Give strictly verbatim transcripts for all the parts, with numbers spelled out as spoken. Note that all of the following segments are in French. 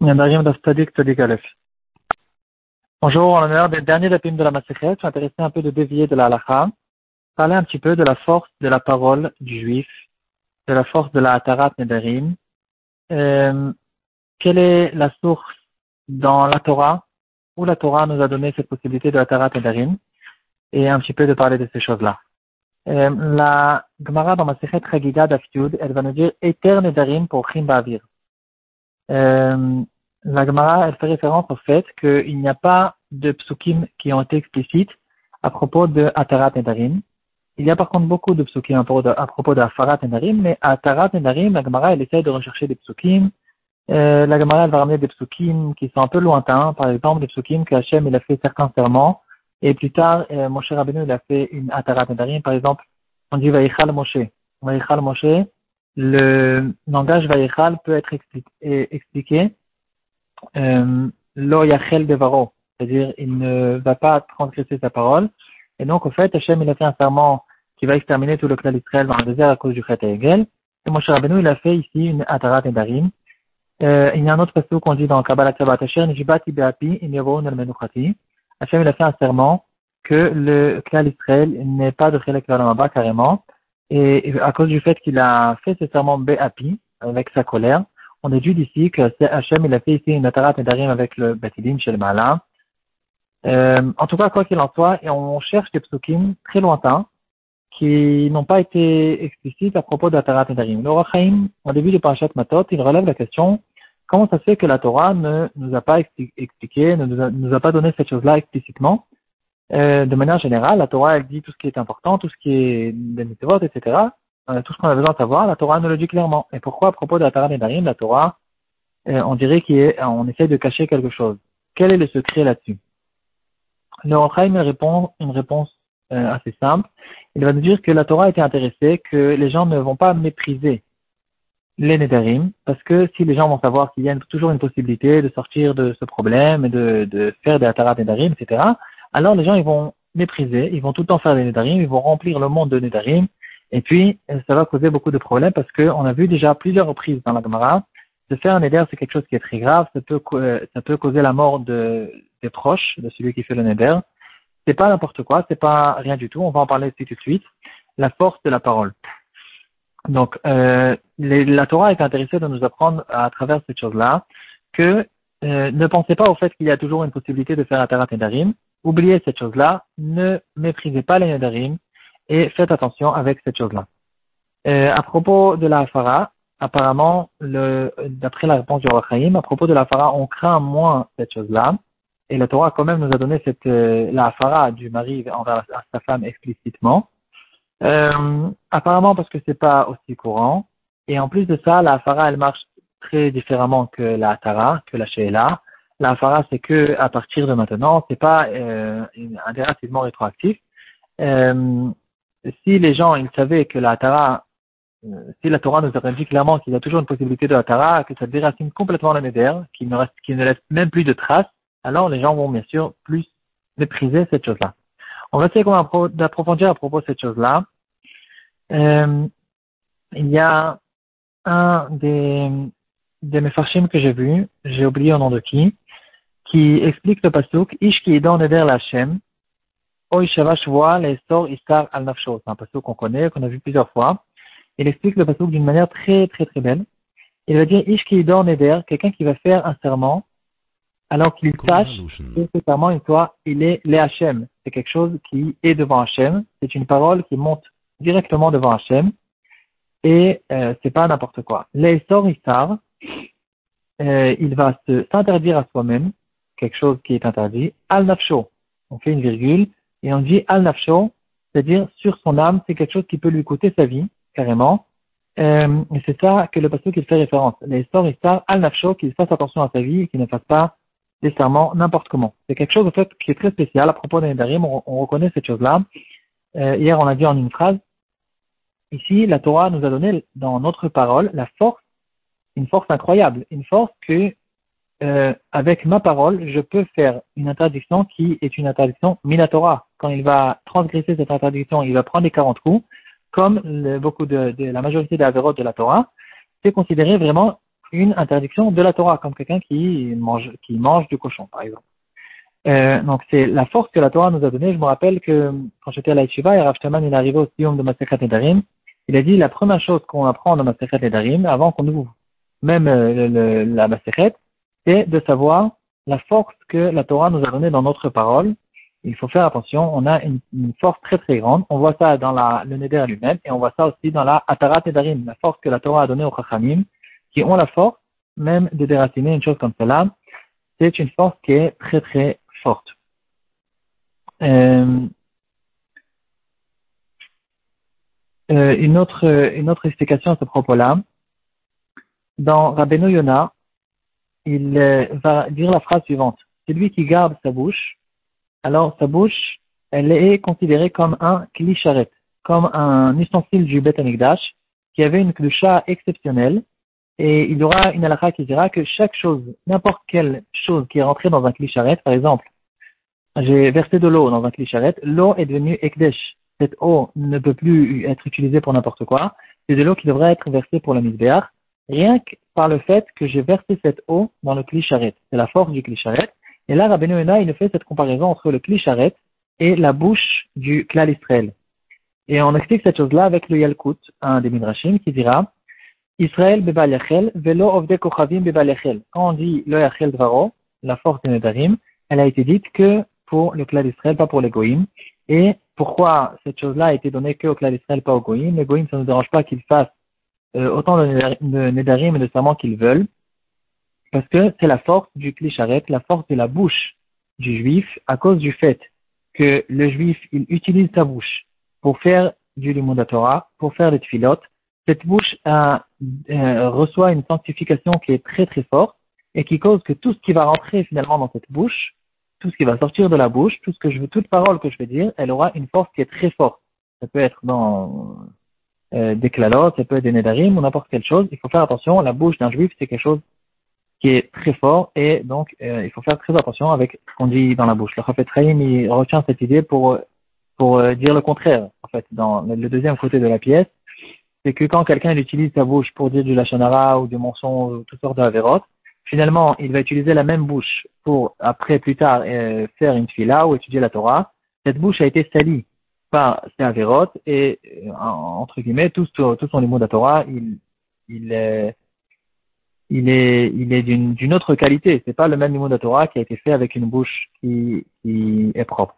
Nedarim Daf Tzadik Tzadik Aleph. Bonjour, en l'honneur des derniers dapim de la Masechet, je m'intéressais un peu de dévier de la halakha, parler un petit peu de la force de la parole du juif, de la force de la Atarat Nedarim, euh, quelle est la source dans la Torah, où la Torah nous a donné cette possibilité de Atarat Nedarim, et un petit peu de parler de ces choses-là. Euh, la Gemara dans Masechet Chagiga Daf Yud, elle va nous dire Eter Nedarim pour Chim Ba'avir. Euh, la Gemara, elle fait référence au fait qu'il n'y a pas de psukim qui ont été explicites à propos de Atarat Nedarim. Il y a par contre beaucoup de psukim à propos de, à propos de Afarat Nedarim, mais à Atarat Nedarim, la Gemara, elle essaie de rechercher des psukim. Euh, la Gemara, elle va ramener des psukim qui sont un peu lointains, par exemple des psukim que Hachem, il a fait certains serments, et plus tard, euh, Moshe Rabbeinu, il a fait une Atarat Nedarim, par exemple, on dit Vayichal Moshe. Vayichal Moshe, le langage Vayichal peut être expliqué, expliqué euh, Lo Yachel Devaro, c'est-à-dire il ne va pas transgresser sa parole. Et donc, au fait, Hachem, il a fait un serment qui va exterminer tout le clan d'Israël dans le désert à cause du Chet Egel. Et Moshe Rabbeinu, il a fait ici une Atarat Nedarim. Euh, il y a un autre passage qu'on dit dans Kabbalah Tzabat Asher, Nijibati Be'api, Imyavoun al-Menuchati. Hachem, il a fait un serment que le clan d'Israël n'est pas de Chelek Valamaba carrément. Et à cause du fait qu'il a fait ce serment Be'api, avec sa colère, on déduit d'ici que Hachem, il a fait ici une Atarat Nedarim avec le Betidim chez le Ma'ala. Euh, en tout cas, quoi qu'il en soit, et on cherche des psukim très lointains qui n'ont pas été explicites à propos d'Atarat Nedarim. Le Or HaChaim, au début du Parashat Matot, il relève la question comment ça se fait que la Torah ne nous a pas expliqué, ne nous a, nous a pas donné cette chose-là explicitement. Euh, de manière générale, la Torah, elle dit tout ce qui est important, tout ce qui est des mitzvot, et cetera. Euh, tout ce qu'on a besoin de savoir, la Torah nous le dit clairement. Et pourquoi, à propos d'Atarat Nedarim, la Torah, euh, on dirait qu'on essaie de cacher quelque chose. Quel est le secret là-dessus? Le Or HaChaim répond une réponse euh, assez simple. Il va nous dire que la Torah était intéressée que les gens ne vont pas mépriser les Nedarim, parce que si les gens vont savoir qu'il y a toujours une possibilité de sortir de ce problème et de, de faire des Atarat Nedarim, et cetera, alors les gens ils vont mépriser, ils vont tout le temps faire des Nedarim, ils vont remplir le monde de Nedarim, et puis ça va causer beaucoup de problèmes parce qu'on a vu déjà plusieurs reprises dans la Gemara, de faire un Neder c'est quelque chose qui est très grave, ça peut, ça peut causer la mort de, des proches de celui qui fait le Neder. C'est pas n'importe quoi, c'est pas rien du tout, on va en parler tout de suite. La force de la parole. Donc, euh, les, la Torah est intéressée de nous apprendre à travers cette chose-là que euh, ne pensez pas au fait qu'il y a toujours une possibilité de faire Atarat Nedarim. Oubliez cette chose-là, ne méprisez pas les Nedarim et faites attention avec cette chose-là. Euh, à propos de la Hafara, apparemment, le, d'après la réponse du Or HaChaim, à propos de la Hafara, on craint moins cette chose-là. Et la Torah quand même nous a donné cette, euh, la Hafara du mari envers sa femme explicitement. Euh, apparemment parce que c'est pas aussi courant. Et en plus de ça, la Hafara, elle marche très différemment que la Atara, que la Sheila. La Hafara, c'est que à partir de maintenant, c'est pas euh, un déracinement rétroactif. Euh, si les gens, ils savaient que la Atara, euh, si la Torah nous a dit clairement qu'il y a toujours une possibilité de la Atara, que ça déracine complètement le Neder, qu'il ne reste, qu'il ne laisse même plus de traces, alors les gens vont bien sûr plus mépriser cette chose-là. On va essayer d'approfondir à propos de cette chose-là. Euh, il y a un des, des mefarshim que j'ai vu, j'ai oublié au nom de qui, qui explique le pasuk Ish ki idon neder l'Hashem, oy shavash voa le'esor isar al nafsho. C'est un pasuk qu'on connaît, qu'on a vu plusieurs fois. Il explique le pasuk d'une manière très très très belle. Il va dire Ish ki idon neder, quelqu'un qui va faire un serment, alors qu'il sache que ce serment, une fois, il est les Hachem. C'est quelque chose qui est devant Hachem. C'est une parole qui monte directement devant Hachem. Et euh, c'est pas n'importe quoi. L'Esor Issar, euh, il va se, s'interdire à soi-même, quelque chose qui est interdit. Al Nafsho, on fait une virgule, et on dit Al Nafsho, c'est-à-dire sur son âme, c'est quelque chose qui peut lui coûter sa vie, carrément. Euh, et c'est ça que le pasteur qui fait référence. L'Esor Issar, Al Nafsho, qu'il fasse attention à sa vie et qu'il ne fasse pas des serments n'importe comment. C'est quelque chose en fait qui est très spécial à propos des Nedarim, on, on reconnaît cette chose-là. Euh, hier on a dit en une phrase, ici la Torah nous a donné dans notre parole la force, une force incroyable, une force que euh, avec ma parole je peux faire une interdiction qui est une interdiction minatora. Quand il va transgresser cette interdiction, il va prendre les quarante coups, comme le, beaucoup de, de la majorité des avérotes de la Torah, c'est considéré vraiment une interdiction de la Torah, comme quelqu'un qui mange, qui mange du cochon, par exemple. Euh, donc c'est la force que la Torah nous a donnée. Je me rappelle que quand j'étais à la Yeshiva, et Rav Shtaman, il est arrivé au Siyum de Masechet Nedarim, il a dit la première chose qu'on apprend dans Masechet Nedarim, avant qu'on ouvre même euh, le, le, la Masechet, c'est de savoir la force que la Torah nous a donnée dans notre parole. Il faut faire attention, on a une, une force très très grande. On voit ça dans la, le Neder lui-même, et on voit ça aussi dans la Atarat Nedarim, la force que la Torah a donnée aux Chachamim, qui ont la force même de déraciner une chose comme cela. C'est une force qui est très très forte. Euh, euh, une autre une autre explication à ce propos-là, dans Rabbeinu Yonah, il euh, va dire la phrase suivante: celui qui garde sa bouche, alors sa bouche, elle est considérée comme un kli sharet, comme un ustensile du Beth Amikdash qui avait une kedusha exceptionnelle, et il y aura une halakha qui dira que chaque chose, n'importe quelle chose qui est rentrée dans un kli sharet, par exemple, j'ai versé de l'eau dans un kli sharet, l'eau est devenue ekdesh. Cette eau ne peut plus être utilisée pour n'importe quoi. C'est de l'eau qui devrait être versée pour la misbéach, rien que par le fait que j'ai versé cette eau dans le kli sharet. C'est la force du kli sharet. Et là, Rabbeinu Yonah, il fait cette comparaison entre le kli sharet et la bouche du klal Israël. Et on explique cette chose-là avec le Yalkut, un des Midrashim, qui dira Israël bebal yachel, velo ovde kochavim bebal yachel. Quand on dit lo yachel dvaro, la force des Nedarim, elle a été dite que pour le clan d'Israël, pas pour les Goïm. Et pourquoi cette chose-là a été donnée que au clan d'Israël, pas aux Goïm? Les Goïm, ça ne nous dérange pas qu'ils fassent euh, autant de Nedarim et de serments qu'ils veulent, parce que c'est la force du Kli Sharet, la force de la bouche du Juif, à cause du fait que le Juif, il utilise sa bouche pour faire du Limud Torah, pour faire des tfilotes. Cette bouche a, euh, reçoit une sanctification qui est très très forte et qui cause que tout ce qui va rentrer finalement dans cette bouche, tout ce qui va sortir de la bouche, tout ce que je veux, toute parole que je vais dire, elle aura une force qui est très forte. Ça peut être dans euh, des klalotes, ça peut être des nedarim ou n'importe quelle chose. Il faut faire attention. La bouche d'un juif, c'est quelque chose qui est très fort et donc euh, il faut faire très attention avec ce qu'on dit dans la bouche. Le Chafetz Chaim, il retient cette idée pour pour euh, dire le contraire. En fait, dans le deuxième côté de la pièce, c'est que quand quelqu'un utilise sa bouche pour dire du lashon hara ou du mensonge ou toutes sortes d'avérotes, finalement, il va utiliser la même bouche pour, après, plus tard, euh, faire une tfila ou étudier la Torah. Cette bouche a été salie par ces avérotes et, euh, entre guillemets, tout, tout, tout son limud de la Torah, il, il est, il est, il est d'une, d'une autre qualité. C'est pas le même limud de la Torah qui a été fait avec une bouche qui, qui est propre.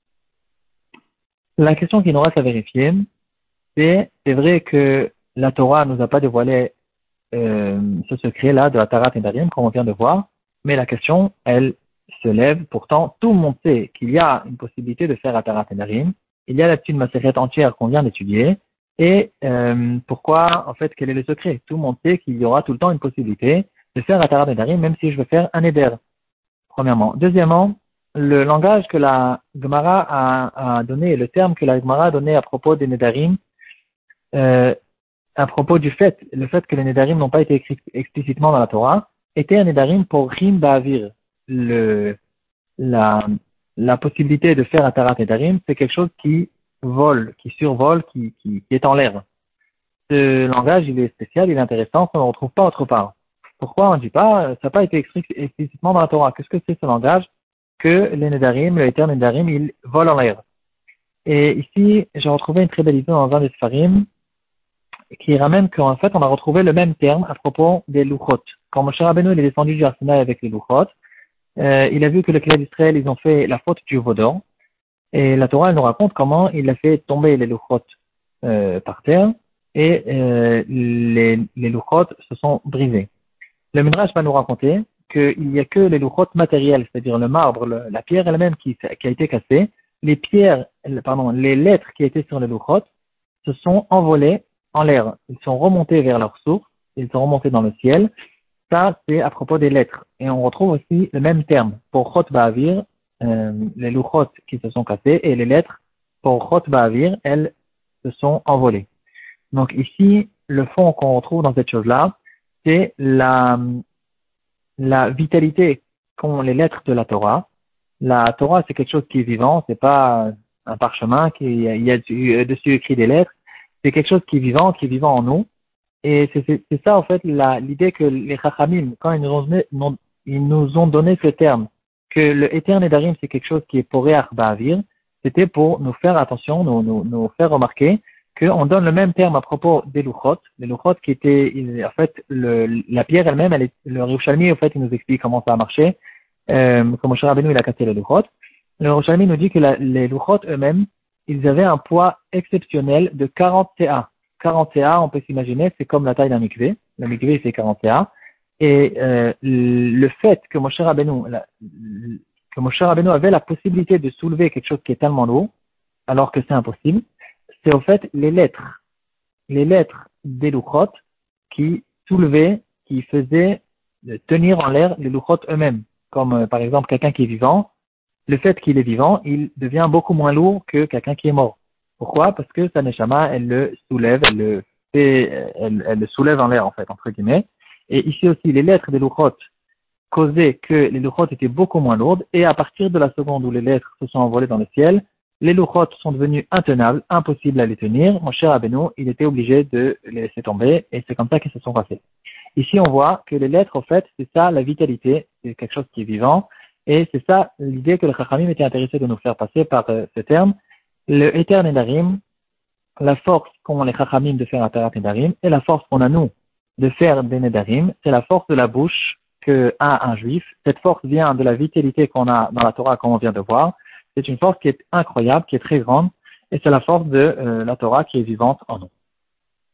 La question qui nous reste à vérifier, c'est, c'est vrai que la Torah nous a pas dévoilé Euh, ce secret-là de la Tarat Nedarim, comme on vient de voir, mais la question, elle se lève. Pourtant, tout le monde sait qu'il y a une possibilité de faire la Tarat Nedarim. Il y a là-dessus une macérette entière qu'on vient d'étudier. Et euh, pourquoi, en fait, quel est le secret? Tout le monde sait qu'il y aura tout le temps une possibilité de faire la Tarat Nedarim, même si je veux faire un Neder, premièrement. Deuxièmement, le langage que la Gemara a, a donné, le terme que la Gemara a donné à propos des Nedarim, euh, à propos du fait, le fait que les Nedarim n'ont pas été écrits explicitement dans la Torah, était un Nedarim pour Rim Ba'avir. Le, la, la possibilité de faire un Tarat Nedarim, c'est quelque chose qui vole, qui survole, qui, qui, qui est en l'air. Ce langage, il est spécial, il est intéressant, on ne le retrouve pas autre part. Pourquoi on ne dit pas, ça n'a pas été écrit explicitement dans la Torah? Qu'est-ce que c'est ce langage que les Nedarim, le terme Nedarim, il vole en l'air? Et ici, j'ai retrouvé une très belle idée dans un des Sfarim, qui ramène qu'en fait, on a retrouvé le même terme à propos des louchot. Quand Moshe Rabbeinu il est descendu du Arsinaï avec les louchot, euh, il a vu que le clan d'Israël, ils ont fait la faute du vaudor. Et la Torah, elle nous raconte comment il a fait tomber les louchot euh, par terre et euh, les, les louchot se sont brisés. Le Midrash va nous raconter qu'il n'y a que les louchot matériels, c'est-à-dire le marbre, le, la pierre elle-même qui, qui a été cassée. Les pierres, pardon, les lettres qui étaient sur les louchot se sont envolées en l'air. Ils sont remontés vers leur source, ils sont remontés dans le ciel. Ça, c'est à propos des lettres. Et on retrouve aussi le même terme pour Chot Ba'avir, euh, les louchot qui se sont cassés, et les lettres pour Chot Ba'avir, elles se sont envolées. Donc ici, le fond qu'on retrouve dans cette chose-là, c'est la, la vitalité qu'ont les lettres de la Torah. La Torah, c'est quelque chose qui est vivant, c'est pas un parchemin qui il y a dessus écrit des lettres. C'est quelque chose qui est vivant, qui est vivant en nous. Et c'est, c'est, c'est ça, en fait, la, l'idée que les Chachamim, quand ils nous ont donné, non, ils nous ont donné ce terme, que le Eter Nedarim, c'est quelque chose qui est Poreach Ba'avir, c'était pour nous faire attention, nous, nous, nous faire remarquer qu'on donne le même terme à propos des Luchot, les Luchot qui étaient, en fait, le, la pierre elle-même, elle est, le Yerushalmi, en fait, il nous explique comment ça a marché, euh, comme Moshe Rabbeinu, il a cassé les Luchot. Le Yerushalmi nous dit que la, les Luchot eux-mêmes, ils avaient un poids exceptionnel de quarante C A. quarante C A, on peut s'imaginer, c'est comme la taille d'un mikvé. Le mikvé, c'est quarante C A. Et euh, le fait que Moshe Rabbeinu, la, que Moshe Rabbeinu avait la possibilité de soulever quelque chose qui est tellement lourd, alors que c'est impossible, c'est au fait les lettres, les lettres des Luchot qui soulevaient, qui faisaient tenir en l'air les Luchot eux-mêmes. Comme euh, par exemple quelqu'un qui est vivant, le fait qu'il est vivant, il devient beaucoup moins lourd que quelqu'un qui est mort. Pourquoi? Parce que sa neshama, elle le soulève, elle le fait, elle, elle le soulève en l'air, en fait, entre guillemets. Et ici aussi, les lettres des Luchot causaient que les Luchot étaient beaucoup moins lourdes, et à partir de la seconde où les lettres se sont envolées dans le ciel, les Luchot sont devenus intenables, impossibles à les tenir. Mon cher Rabbeinu, il était obligé de les laisser tomber, et c'est comme ça qu'ils se sont passés. Ici, on voit que les lettres, en fait, c'est ça, la vitalité, c'est quelque chose qui est vivant, et c'est ça l'idée que le Chachamim était intéressé de nous faire passer par euh, ce terme. Le Eter Nedarim, la force qu'ont les Chachamim de faire un Tarat Nedarim, et la force qu'on a nous de faire des Nedarim, c'est la force de la bouche que a un juif. Cette force vient de la vitalité qu'on a dans la Torah, comme on vient de voir. C'est une force qui est incroyable, qui est très grande, et c'est la force de euh, la Torah qui est vivante en nous.